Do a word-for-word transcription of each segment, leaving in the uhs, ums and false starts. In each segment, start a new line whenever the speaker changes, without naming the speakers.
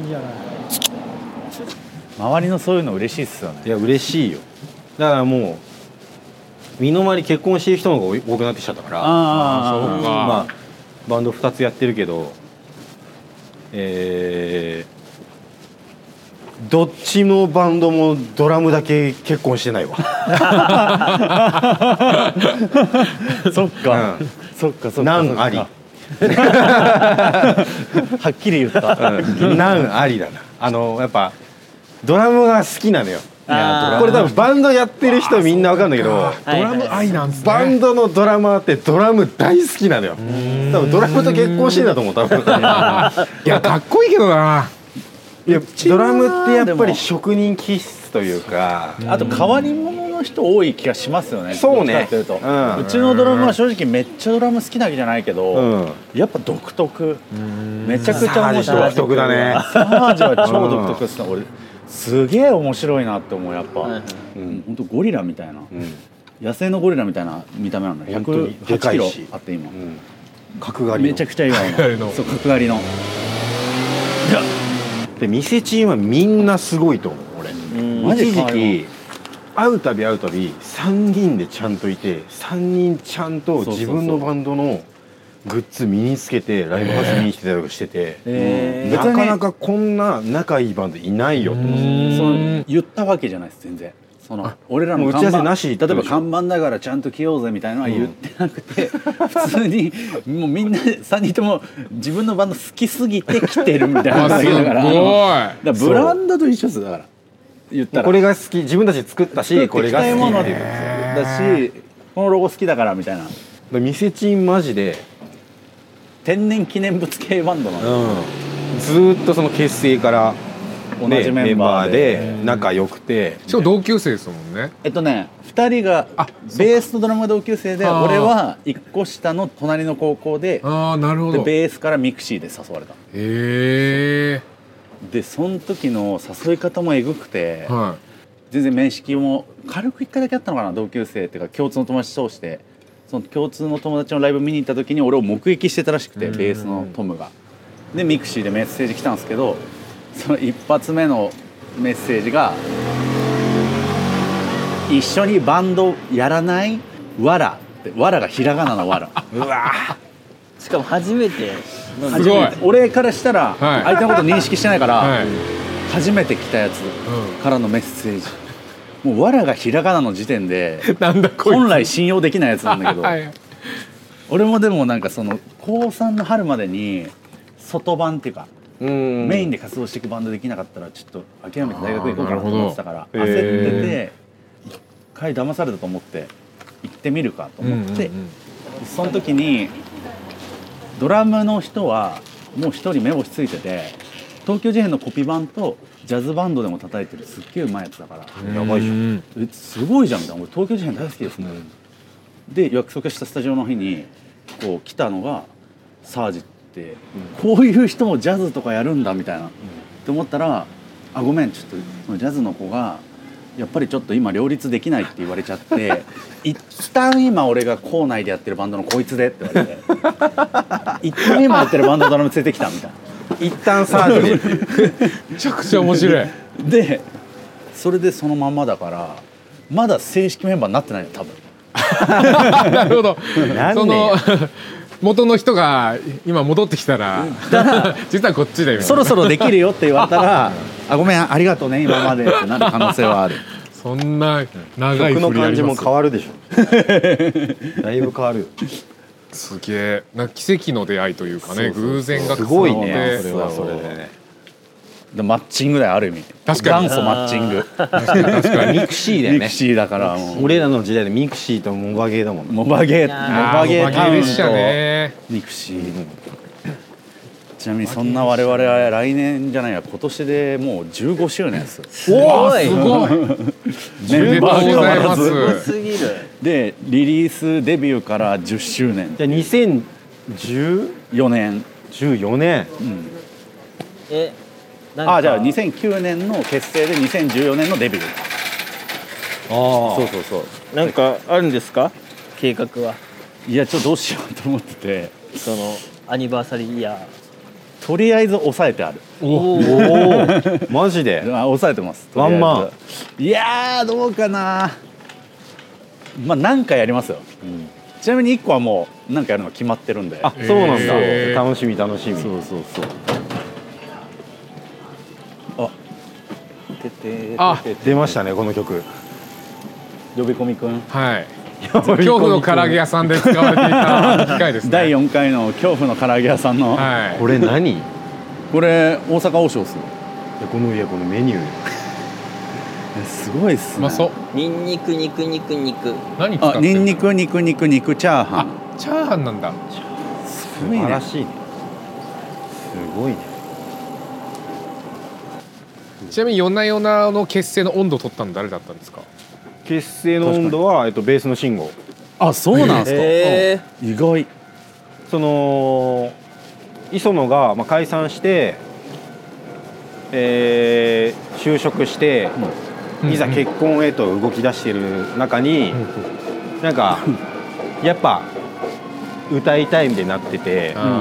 じゃない。
周りのそういうの嬉しいっすよね。
いや嬉しいよ。だからもう身の回り結婚してる人の方が多くなってきちゃったから、
あ
そうか、
まあバンドふたつやってるけど、えー、どっちのバンドもドラムだけ結婚してないわ。
そっか、うん、そっかそっか。
難あり。
はっきり言った。
うん、難ありだな。あのやっぱドラムが好きなのよ。
いや
これ多分バンドやってる人みんなわかるんだけど、
ドラム愛なんですね。
バンドのドラマーってドラム大好きなのよ。多分ドラムと結婚してんだと思う多分。
いやかっこいいけどな。
いやドラムってやっぱり職人気質というか、
あと変わり者の人多い気がしますよね。
そうね。
どっちかっていうと、
うん、
うちのドラムは正直めっちゃドラム好きなわけじゃないけど、
うん、
やっぱ独特。めちゃくちゃ面白い。
独特だね。
サージは超独特ですね。俺すげえ面白いなって思う。やっぱ、うん、本当ゴリラみたいな、うん、野生のゴリラみたいな見た目なの。ひゃくはちキロあって今、うん、
角刈りの
めちゃくちゃいいわ今。そう角刈りの。
で店チームはみんなすごいと思う俺。一時期会うたび会うたびさんにんでちゃんといて、さんにんちゃんと自分のバンドのグッズ身につけてライブハウス見に来てたりとかしてて、えー、なかなかこんな仲いいバンドいないよと思って。
その言ったわけじゃないです全然。その俺らの
打ち合わせなし。例
えば看板だからちゃんと着ようぜみたいなのは言ってなくて、うん、普通にもうみんなさんにんとも自分のバンド好きすぎて着てるみたいなだけだから、だからブランドと一緒ですだから言ったら
これが好き、自分たち作ったしこれが好き
ものっていうだし、このロゴ好きだからみたいな。
店チームマジで
天然記念物系バンドなの、
うん、ずーっとその結成から
同じメンバーで
仲良くて、
しかも同級生ですもんね。
えっとねふたりがベースとドラムが同級生で、俺はいっこ下の隣の高校で、
あーなるほど。
でベースからミクシーで誘われた。
へえ。
でその時の誘い方もえぐくて、
はい、
全然面識も軽くいっかいだけあったのかな。同級生っていうか共通の友達通して、その共通の友達のライブ見に行った時に俺を目撃してたらしくて、ベースのトムが。でミクシーでメッセージ来たんですけど、その一発目のメッセージが「一緒にバンドやらない？わら」って、わらがひらがなのわら。うわ
しかも初めて。
すごい。
俺からしたら相手のこと認識してないから、
はい、
初めて来たやつからのメッセージ、もうわらがひらがなの時点で
なんだこいつ
本来信用できないやつなんだけど、はい、俺もでもなんかそのこうさんの春までに外バンっていうかうんメインで活動していくバンドできなかったらちょっと諦めて大学行こうかなと思ってたから、焦ってて一回騙されたと思って行ってみるかと思って、うんうんうん、その時にドラムの人はもう一人目星ついてて、東京事変のコピー版とジャズバンドでも叩いてるすっげえうまいやつだから、やばいじゃん、えすごいじゃんみたいな。俺東京事変大好きですね、うん、で約束したスタジオの日にこう来たのがサージって、うん、こういう人もジャズとかやるんだみたいな、うん、って思ったら、あごめんちょっとそのジャズの子がやっぱりちょっと今両立できないって言われちゃって一旦今俺が校内でやってるバンドのこいつでって言われて一旦今やってるバンドのドラム連れてきたみたいな。
一旦サージで
めちゃくちゃ面白い
でそれでそのまんまだからまだ正式メンバーになってないよ多分
なるほどその元の人が今戻ってきたら実はこっちだよ
そろそろできるよって言われたらあごめんありがとうね今までってなる可能性はある。
そんな長い振りあります。
曲の感じも変わるでしょだいぶ変わるよ。
すげえな、奇跡の出会いというかね、偶然が
すごいね。それはそれでね。
でマッチングだよある意味。
確かに
元祖マッチング。
確かに確かに
ミクシーだよね。
ミクシーだから
俺らの時代でミクシーとモバゲーだもん。
モバゲー、モバゲータウンとミクシー。ちなみにそんな我々は来年じゃないや今年でもうじゅうごしゅうねんです。
すごい。
すごい。
メンバーがまず
すぎる。
でリリースデビューからじゅっしゅうねん。
じゃあにせんじゅうよねん。じゅうよねん。うん。
え。
あじゃあにせんきゅうねんの結成でにせんじゅうよねんのデビュー。ああ。そうそうそう。
なんかあるんですか計画は。
いやちょっとどうしようと思ってて。
そのアニバーサリーイヤー。
とりあえず抑えてある。
おおマジで
あ抑えてます。
ワンマ
ン。いやーどうかな。まあ何回やりますよ、うん、ちなみにいっこはもう何かやるの決まってるんで。
あそうなんだ、えー、楽しみ楽しみ。
そうそうそう。あ
ててあ出ましたねこの曲。
呼び込みくん。
はい恐怖の唐揚げ屋さんで使われていた機械ですね。
だいよんかいの恐怖の唐揚げ屋さんの、
はい、
これ何
これ大阪王将っすよ。
このいやこのメニュー
すごいっすね。
うまそう。
ニンニク肉肉肉。
何使ってんの？
ニンニク肉肉肉チャーハン。
あチャーハンなんだ。
すごいね。素晴らしいね。すごいね。
ちなみに夜な夜なの結成の温度を取ったの誰だったんですか？
結成の温度は、えっと、ベースの信号。
あそうなんですか、
え
ー、意外。
その磯野が、まあ、解散して、えー、就職して、うん、いざ結婚へと動き出している中に、うん、なんかやっぱ歌いたいみたいになってて、
うん、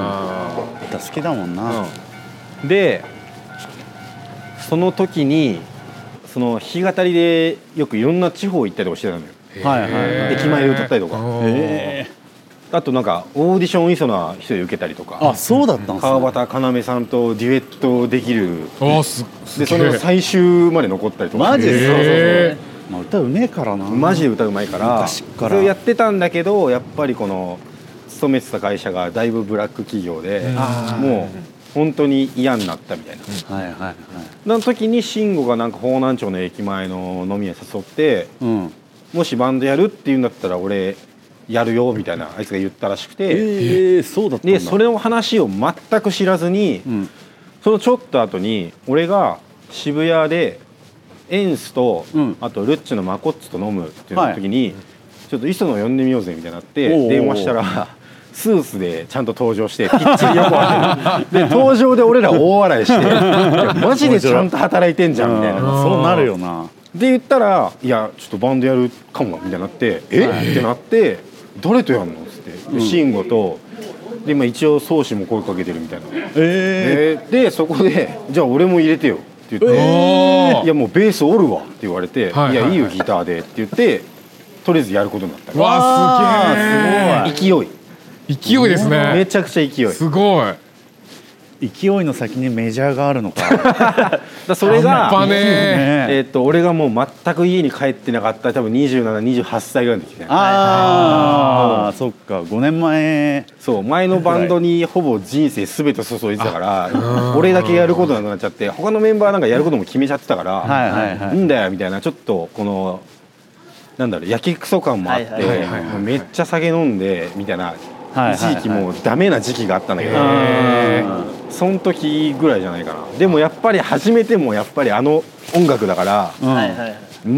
歌好きだもんな、
うん、でその時にその弾き語りでよくいろんな地方行ったりとかしてたのよ。
はいはいはい、
駅前で歌ったりとか。あとなんかオーディションいそうな人で受けたりとか。
あそうだったんですね。
川端要さんとデュエットできる。
あす
でその最終まで残ったりとか。
マジで。そうそうそう。まあ、歌うめえからな。
マジで歌うまいからそれをやってたんだけど、やっぱりこの勤めてた会社がだいぶブラック企業でもう本当に嫌になったみたいな。
はいはいはい。
の時に慎吾がなんか方南町の駅前の飲み屋誘って、うん、もしバンドやるっていうんだったら俺やるよみたいなあいつが言ったらしくて、
えー、そうだったんだ。
でそれの話を全く知らずに、うん、そのちょっと後に俺が渋谷でエンスと、うん、あとルッチのマコッツと飲むっていう時に、はい、ちょっと磯野呼んでみようぜみたいになって電話したらスーツでちゃんと登場してきっちり横当てで登場で俺ら大笑いしてマジでちゃんと働いてんじゃんみたいな。
そうなるよな。
で言ったらいやちょっとバンドやるかもみたいになってえ、はい、ってなって誰とやんのっつって慎吾とで今一応宗師も声かけてるみたいな。えー、でそこでじゃあ俺も入れてよって言って、えー、いやもうベースおるわって言われて、はいはいはい、いやいいよギターでって言ってとりあえずやることになった。
わーすげえ。
勢い
勢いですね。
めちゃくちゃ勢い。
すごい。
勢いの先にメジャーがあるのか。
だそれが、
ね
えー、っと俺がもう全く家に帰ってなかった多分にじゅうなな、にじゅうはっさいぐらいの時ね。
ああ、そっかごねんまえ。
そう前のバンドにほぼ人生すべて注いでたから俺だけやることなくなっちゃって他のメンバーなんかやることも決めちゃってたから、はいはいはい、いいんだよみたいなちょっとこのなんだろうやけくそ感もあって、はいはいはいはい、めっちゃ酒飲んでみたいな。一時期もうダメな時期があったんだけど、その時ぐらいじゃないかな。でもやっぱり始めてもやっぱりあの音楽だから、うん、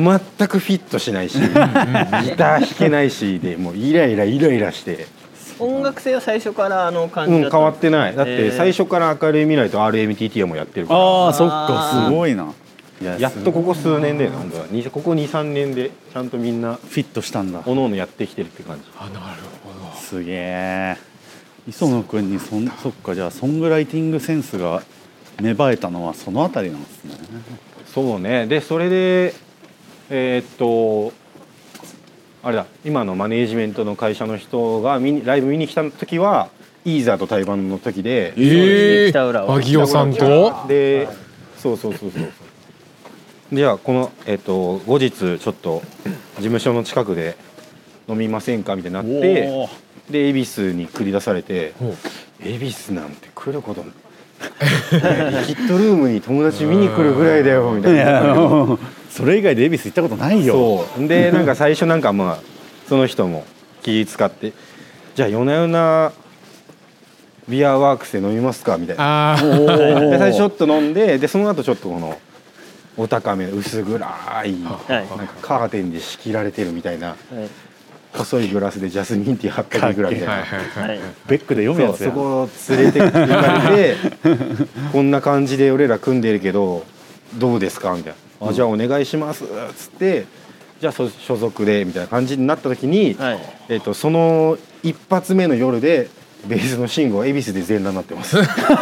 全くフィットしないしギター弾けないしでもうイライライライラして。
音楽性は最初からあの感じだった、
うん、変わってない。だって最初から明るい未来と アールエムティーティー もやってるから。
ああそっかすごいな。
やっとここ数年で本当はここ にさんねんでちゃんとみんな
フィットしたんだ。
おのおのやってきてるって感じ。
あなるほど。
すげえ。磯野くんにそんそっかじゃあソングライティングセンスが芽生えたのはそのあたりなんですね。
そうね。でそれでえー、っとあれだ今のマネージメントの会社の人が見にライブ見に来た時はイーザーと対バンの時で、
ええー、バギオさんと
でそうそうそうそうじゃあこの、えー、と後日ちょっと事務所の近くで飲みませんかみたいになってで恵比寿に繰り出されて恵比寿なんて来ることヒットルームに友達見に来るぐらいだよみたいな
それ以外で恵比寿行ったことないよ。
そうでなんか最初なんかまあその人も気使ってじゃあ夜な夜なビアワークスで飲みますかみたいなで最初ちょっと飲んででその後ちょっとこのお高め薄暗いなんかカーテンで仕切られてるみたいな、はい、細いグラスでジャスミンティーはったりぐらいみたいな、
はい、ベックで読むやつや。
そこを連れて行かれてこんな感じで俺ら組んでるけどどうですかみたいな、うん、あじゃあお願いしますっつってじゃあ所属でみたいな感じになった時に、はいえー、とその一発目の夜でベースの慎吾は恵比寿で全裸になってます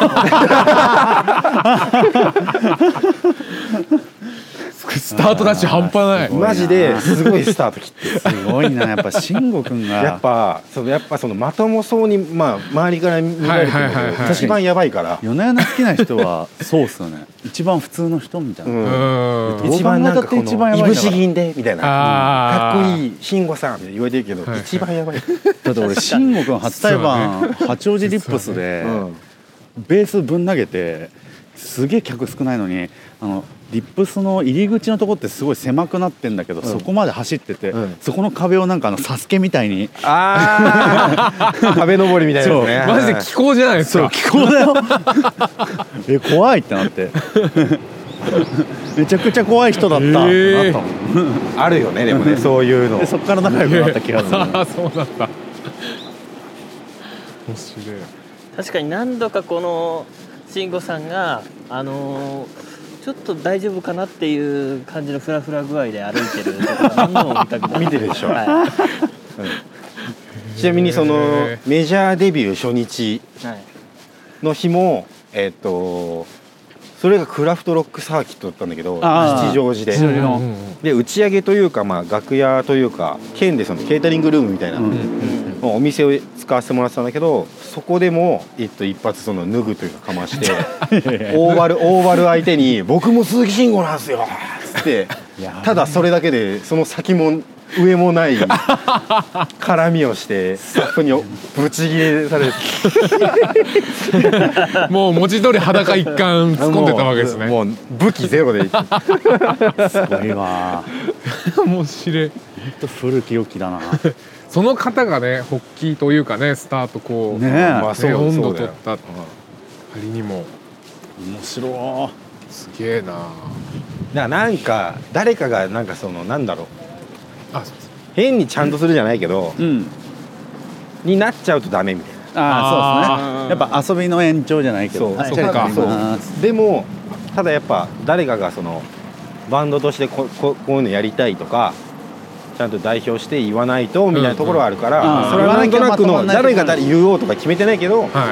スタートダッシュ半端ない
マジですごいスタート切って
すごいなやっぱ慎吾くんが
やっぱそのやっぱそのまともそうにまあ周りから見られてるけど一番やばいから
夜な夜な好きな人はそうっすよね一番普通の人みたいな、
うん、一番なんかこのいぶし銀でみたいなかっこいい慎吾さんみたいな言われてるけど、はい、一番やばい
だって俺慎吾くん初対バン、ね、八王子リップスで、うん、ベースぶん投げてすげえ客少ないのにあのリップスの入り口のとこってすごい狭くなってんだけど、うん、そこまで走ってて、うん、そこの壁をなんかあのサスケみたいに
あ壁登りみたいなね
マジで気候じゃないですか
気候だよえ怖いってなってめちゃくちゃ怖い人だった、えー、なった
あるよねでもねそういうの
でそっから仲良くなった気がする、ね、
あそうなんだ面白い
確かに何度かこの慎吾さんがあのーちょっと大丈夫かなっていう感じのフラフラ具合で歩いてるとか何度も見たくない
見てるでしょ、はいうん、ちなみにそのメジャーデビュー初日の日も、えー、とそれがクラフトロックサーキットだったんだけど吉祥寺で、うん、で打ち上げというか、まあ、楽屋というか県でそのケータリングルームみたいな、うん、お店を使わせてもらってたんだけどそこでも一発その脱ぐというかかまして大割る大割る相手に僕も鈴木慎吾なんですよつってただそれだけでその先も上もない絡みをしてスタッフにブチギレされ
てもう文字通り裸一貫突っ込んでたわけですね
もう武器ゼロで
すごいわ
面白い
ほんと古き良きだな
その方がね発起というかねスタートこう、
ね
まあ、そう温度取った仮にも
面白
いすげえな
なんか誰かがなんかそのなんだろう
あ
変にちゃんとするじゃないけど、うん、になっちゃうとダメみたいな
ああそうですねやっぱ遊びの延長じゃないけど
そうそうかそうでもただやっぱ誰かがそのバンドとしてこここういうのやりたいとかちゃんと代表して言わないとみたいなところがあるから、うんうん、それはなんとなくの誰が誰言おうとか決めてないけど、はい、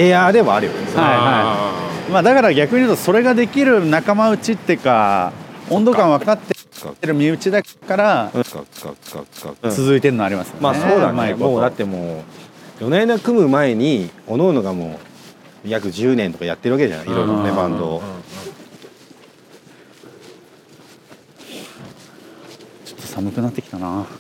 エアーではあるよね、はい
はいまあ、だから逆に言うとそれができる仲間内っていうか温度感分かってる身内だから続いてるのありますよね。
まあそうだね。もうだってもう夜な夜な組む前におのおのがもう約じゅうねんとかやってるわけじゃないいろいろねバンドを。
ちょっと寒くなってきたな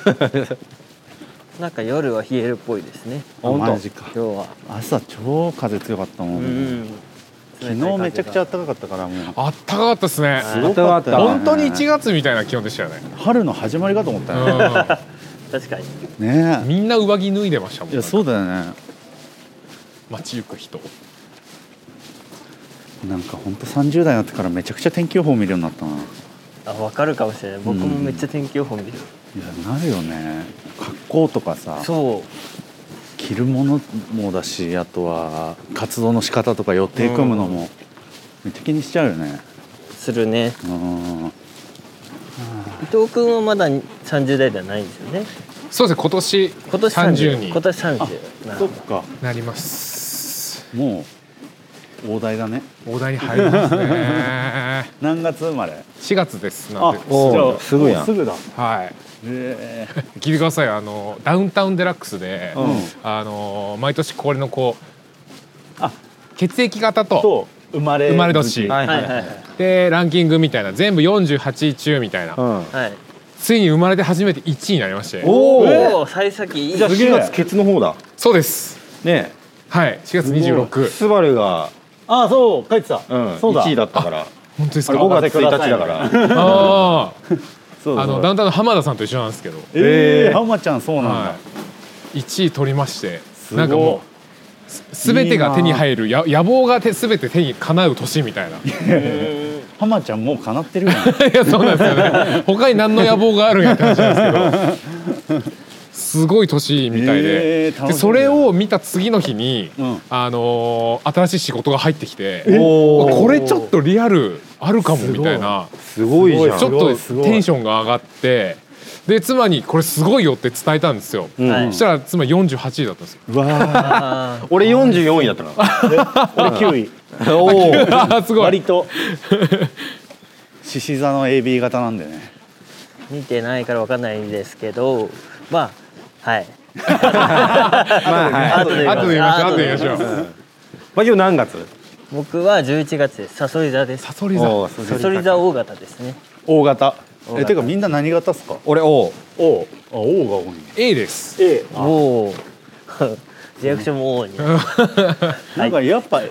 なんか夜は冷えるっぽいですね。
本当。マジか。
今日は
朝超風強かったもん。うん昨日めちゃくちゃ暖かかったからもう
あったかかったですね。
すごかった、ね、
本当にいちがつみたいな気温でしたよね。
春の始まりかと思ったよ、ね、
確かに
ね
みんな上着脱いでましたもん。
いやそうだよね。
街行く人
なんか本当さんじゅう代になってからめちゃくちゃ天気予報見るようになったな。
あ分かるかもしれない。僕もめっちゃ天気予報見る、
うん、いやなるよね。格好とかさ
そう
着るものもだしあとは活動の仕方とか予定組むのもめっちゃ気にしちゃうよね。
するね。
うん
伊藤君はまださんじゅう代ではないんですよね。
そうですね今年
今年
さんじゅうに
今年さんじゅう
なそっか
なります。
もう大台だね。
大台に入りますね
何月生まれ？
しがつです。
なんであ
すぐやん。
すぐだ。
はい
えー、
聞いてください。あのダウンタウンデラックスで、うん、あの毎年恒例のこうあ血液型と
と生まれ
生まれ年、
はいはいはい、
でランキングみたいな全部よんじゅうはちい中みたいな、うんはい、ついに生まれて初めていちいになりまして。
おお幸先。
じゃあしがつケツの方だ。
そうです
ね。
はいしがつにじゅうろく
スバルが
あそう書いてた、
うん、そうだいちいだったから。
本当ですか。
ごがつついたちだから
あそうあのダウンタウンの浜田さんと一緒なんですけど。
えー、浜ちゃんそうなんだ、は
い、いちい取りまして、なんかもうすべてが手に入るや野望がすべて手に叶う年みたいな。
浜ちゃんもう叶ってるよ、ね、
いやそうなんですよね。他に何の野望があるんやって話なんですけどすごい年みたいで、えー、でそれを見た次の日に、うん、あのー、新しい仕事が入ってきて、これちょっとリアルあるかもみたいな。
すごいじゃん。
ちょっとテンションが上がってで妻にこれすごいよって伝えたんですよ、うん、そしたら妻よんじゅうはちいだったんですよ。
うわ俺よんじゅうよんいだったな
俺きゅうい
おお
すごい
割と獅子座の エービー 型なんでね。
見てないから分かんないんですけど、まあはい
まあ後で後で言いましょう後で言いましょう。
まあ今日何月？
僕はじゅういちがつです。サソリ座です。
サソリ座
サソリ座大型ですね。
大型。えてかみんな何型っすか？
俺 O。
O。あ O が多い。
A です。
A。
おお。リアクションも O に。
なんかやっぱ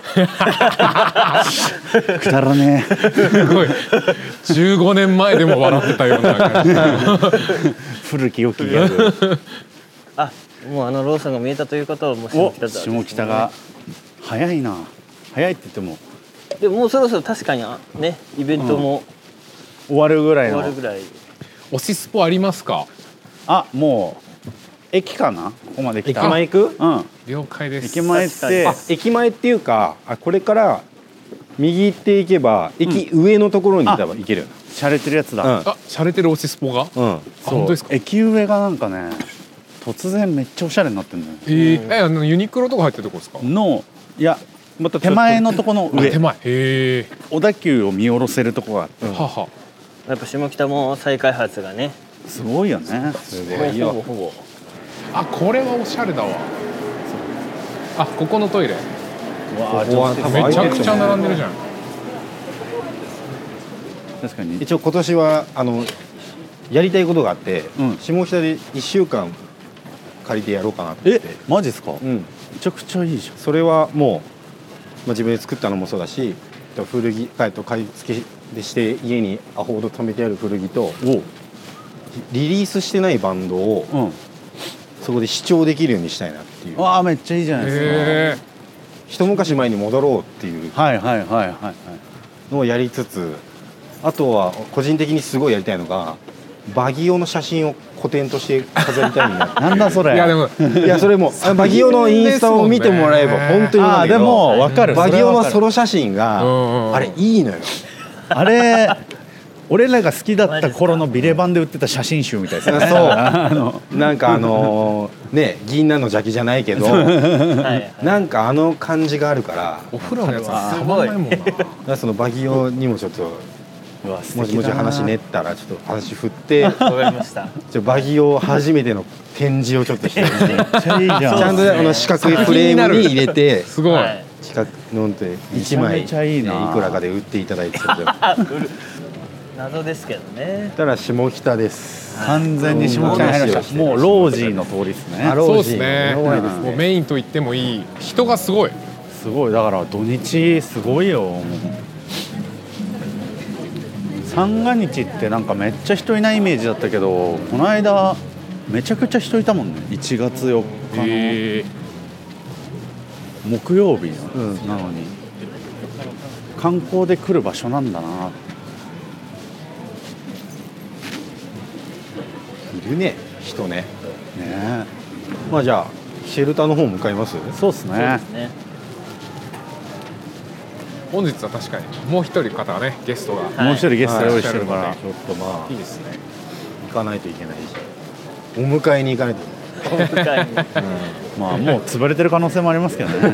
くだらねえ。
すごい。じゅうごねんまえでも笑ってたような感じ。
古き良きギャグ。
あ、もうあのローソンが見えたということはもう下北沢、
ね、下北が早いな。早いって言っても。
でももうそろそろ確かにねイベントも、
うん、終わるぐらいの。
終わるぐらい。
推しスポありますか？
あ、もう駅かな。ここまで来た。
駅前行く？
うん。
了解です。
駅前って
あ駅前っていうかあこれから右行っていけば駅上のところに行ったら行けるよ。
洒落てるやつだ。
うん、あ、洒落てる推しスポが？
うん。
あ、本当ですか？
駅上がなんかね突然めっちゃおしゃれになってるのよ。
えー、えあのユニクロとか入ってるとこですか？
のいやまた手前のとこの上。
手前。へえ。
小田急を見下ろせるとこがあって。
はは。
やっぱ下北も再開発がね。
すごいよね。
すごいよ。ほぼほぼ。
あ、これはおしゃれだわ。あ、ここのトイレ。
わ
あ、めちゃくちゃ並んでるじゃん。
確かに。
一応今年はあのやりたいことがあって、
うん、
下北でいっしゅうかん借りてやろうかなって。
え、マジですか？うん。めちゃくちゃいいじゃん。
それはもう、まあ、自分で作ったのもそうだし、古着買いと買い付けでして家にアホほど貯めてある古着とリリースしてないバンドを、うん、そこで視聴できるようにしたいなっていう。
わあ、めっちゃいいじゃないですか。
一昔前に戻ろうっていう
はいはいはいはいはい
のをやりつつ、あとは個人的にすごいやりたいのがバギオの写真を古典として飾りたいんだって。
なんだそれ。
いやでも
いやそれもバギオのインスタを見てもらえば本当になんだけど、
でも分かる。
バギオのソロ写真があれいいのよ。
あれ俺らが好きだった頃のビレバンで売ってた写真集みたいですね。
そうあのなんかあのね銀杏の邪気じゃないけどなんかあの感じがあるから
お風呂のやつはすごいもんな。
そのバギオにもちょっともしもし話練ったらちょっと話振って
わかりました。
ちょバギオ初めての展示をちょっとしてめっ
ちゃいいじゃん。
ちゃんとあの四角いフレームに入れて
すごい
四角のっていちまいいくらかで売っていただいて
謎ですけどね。
ただ下北です。
完全に下北に入りました。もうロージーの通りですね。
そうですね。もうメインと言ってもいい。人がすごい。
すごい。だから土日すごいよ。三が日ってなんかめっちゃ人いないイメージだったけど、この間めちゃくちゃ人いたもんね。いちがつよっかの木曜日なのに観光で来る場所なんだな。
いるね人ね。
ね。
まあじゃあシェルターの方向かいます。
そうですね。
本日は確かにもう一人方がねゲストが、
はい、もう一人ゲスト用意してるから、はい、
ちょっとまあ
いいですね。
行かないといけないしお迎えに行かないといけない。お迎えに、
うん、まあもう潰れてる可能性もありますけどね。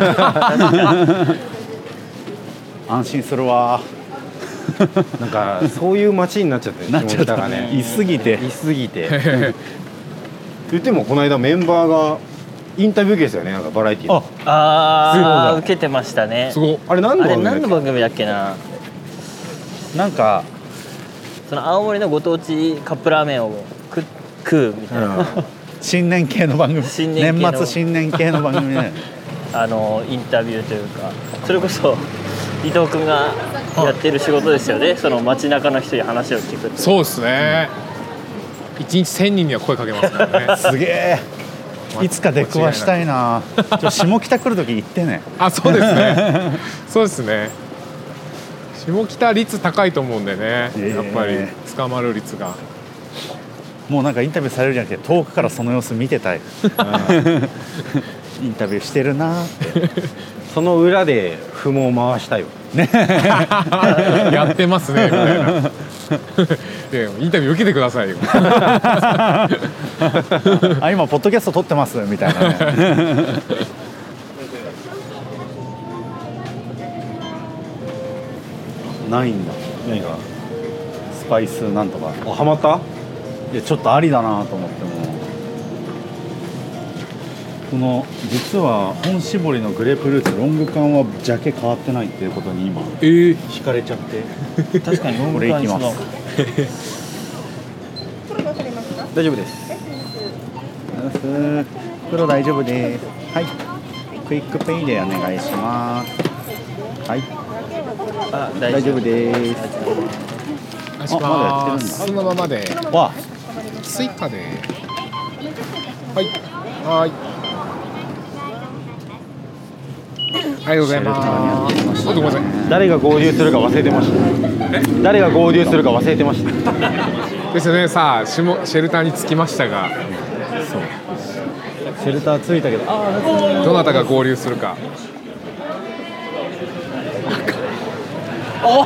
安心するわ。
なんかそういう街になっちゃって
なっちゃったね。いすぎて
いすぎて言ってもこの間メンバーがインタビューですよね。なんかバラエティー。
ああ受けてましたね。
すご
あれ何の番組？
何の番組だっけな。
なんか
その青森のご当地カップラーメンを食食うみたいな、うん、
新年系の番組。
新年
年末新年系の番組ね。
あのインタビューというかそれこそ伊藤君がやってる仕事ですよね。その街中の人に話を聞く。
そうですね。一日千人には声かけますからね。
すげえ。いつか出くわしたいな。ちょ下北来るとき行ってね。
あ、そうですね。そうですね。下北率高いと思うんでね。えー、やっぱり捕まる率が。
もうなんかインタビューされるじゃなくて遠くからその様子見てたい。インタビューしてるなって。
その裏で踏もを回したいわ
ねやってますねみたいないやインタビュー受けてくださいよ
あ今ポッドキャスト撮ってますみたいなねないんだ。何かスパイスなんとか。
あ、ハマった？
いやちょっとありだなと思っても、この実は本搾りのグレープフルーツロング缶はジャケ変わってないっていうことに今
えー、
惹かれちゃって
確かにロング
これいきます
大丈夫です。
袋大丈夫です。はいクイックペイでお願いします。はい
あ
大丈夫です。
あまだやってるんだ。そのままで
わ
スイカではいはいありがとうございます。ごめんなさい。
誰が合流するか忘れてました。誰が合流するか忘れてました。
ですよね。さあシモシェルターに着きましたが、
そうシェルター着いたけど、あ
どなたが合流するか。
お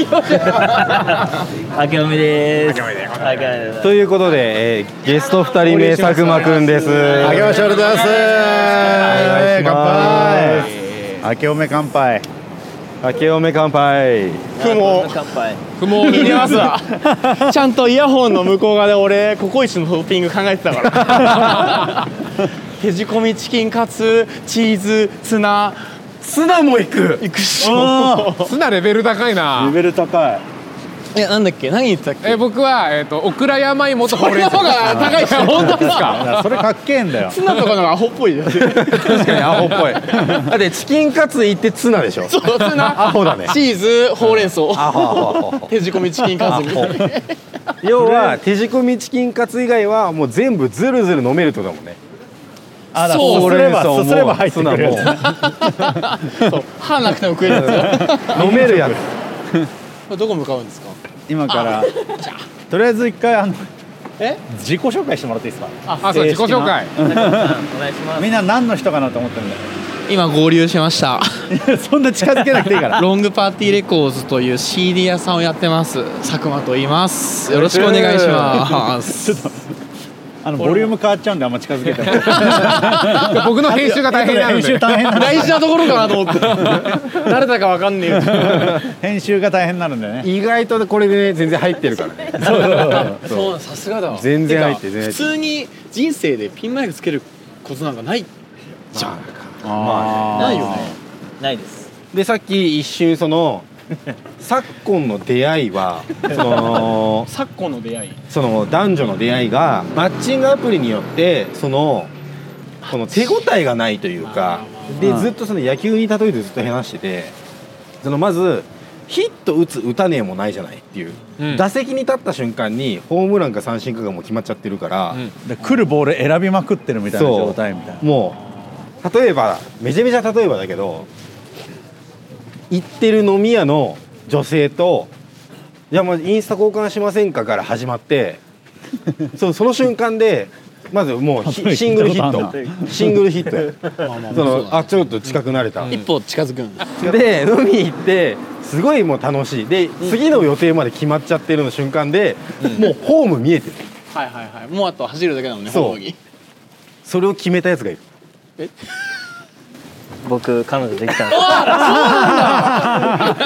明けおめです。
ということで、えー、ゲストふたりめ佐久間くんです。
あけましょうございます。乾杯。明けおめ乾杯。
明けおめ乾杯。
ふも
乾杯。
ふも似てますわちゃんとイヤホンの向こう側で俺ココイチのトッピング考えてたから手仕込みチキンカツチーズツナ
ツナも行く。
いくしょ
ツナレベル高いな。
レベル高い。
えなんだっけ何言ってたっけ
え僕はえっ、ー、とオクラ山芋とほうれん草。
それの方が高い。本当ですか。
それかっけえんだよ。
ツナとかのがアホっぽいですよ
確かにアホっぽい。
だってチキンカツ行ってツナでしょ。
そうツナ
アホだね。
チーズほうれん草
アホアホアホ。
手仕込みチキンカツみたいな
要は手仕込みチキンカツ以外はもう全部ずるずる飲めるってことだもんね。
あだ
そう
そうすればそうすれば入ってくるやつ。
そう歯なくても食えるやつよ
飲めるやつ。
これどこ向かうんですか。
今からとりあえず一回あの
え
自己紹介してもらっていいですか。
あそう自己紹介。
お願いします。
みんな何の人かなと思ってるんだよ。
今合流しました
そんな近づけなくていいから。
ロングパーティーレコーズという シーディー 屋さんをやってます佐久間と言います。よろしくお願いします
ちょっとあのボリューム変わっちゃうんであんま近づけても
僕の編集が大変なので。
編集大変なんで
大事なところかなと思って誰だかわかんねえ
編集が大変になるんでね。
意外とこれで、ね、全然入ってるからね。
そうさすがだわ。
全然入って全然入って
普通に人生でピンマイクつけることなんかないじゃん。
あ
ないよね。
ないです。
でさっき一瞬その昨今の出会いはその
昨今の出会い
その男女の出会いがマッチングアプリによってそのこの手応えがないというかでずっとその野球に例えてずっと話しててそのまずヒット打つ打たねえもないじゃないっていう、うん、打席に立った瞬間にホームランか三振かがもう決まっちゃってるから、うん、
で来るボール選びまくってるみたいな状態みたいな。
もう例えばめちゃめちゃ例えばだけど行ってる飲み屋の女性と「じゃあもうインスタ交換しませんか?」から始まってそ, その瞬間でまずもうシングルヒットシングルヒットそのあちょっと近くなれた、うん、
一歩近づくん
で飲み行ってすごいもう楽しいで、うん、次の予定まで決まっちゃってるの瞬間で、うん、もうホーム見えてる。
はいはいはいもうあと走るだけだもんね。
そう
ホームに
それを決めたやつがいる。
え
僕彼女できたんです。
あ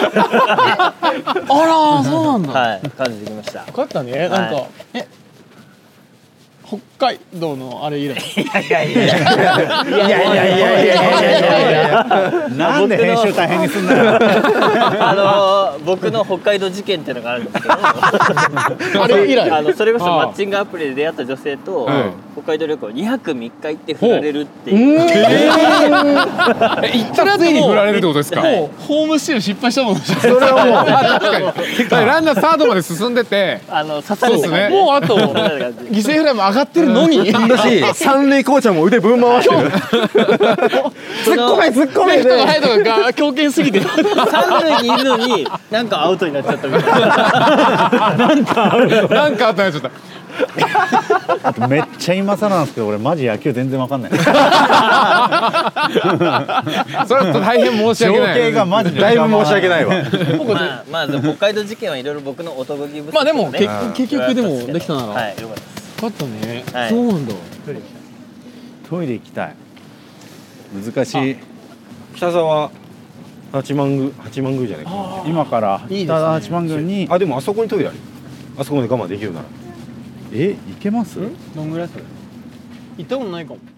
らそうなんだ。
はい彼女できました。
よかったね。なんか、はい、え北海道のあれ以来。
いやいやいやいやいやいやいやいやいやいや
なんで編集大変にすんだよ。
あの僕の北海道事件っていうのがあるんですけど
あれ以来
あのそれこそマッチングアプリで出会った女性と北海道旅行にはくみっか行って振られるっていう。
え行ったらついに振られるってことですか。
もうホームスチール失敗したもんね。
それはもう
確かにランナーサードまで進んでて
あの刺された感じ。
もうあと犠牲フライも上がってるのに
だし三塁コーチャーも腕ぶん回してる。突っ込め突っ込め
レフトがハイトが強肩すぎて
三塁にいるのになんかアウトになっちゃったみたいな。
なんかなんかあったねちょっと。
あとめっちゃ今更なんですけど俺マジ野球全然わかんない。それ
は大変申し訳ない。
情景がマジで
だいぶ申し訳ないわ。
まあまあ北海道事件はいろいろ僕のおとぼき不足
まあでも結結局でもできたなら。
はい、よかったです。
よかったね。
はい
そうなんだ。
トイレ行きたい。難しい。
北沢八幡宮八幡宮じゃないか。
今から北沢八幡宮に。
あでもあそこにトイレある。あそこまで我慢できるなら。
え行けます？
どんぐらいそれ？行ったことないかも。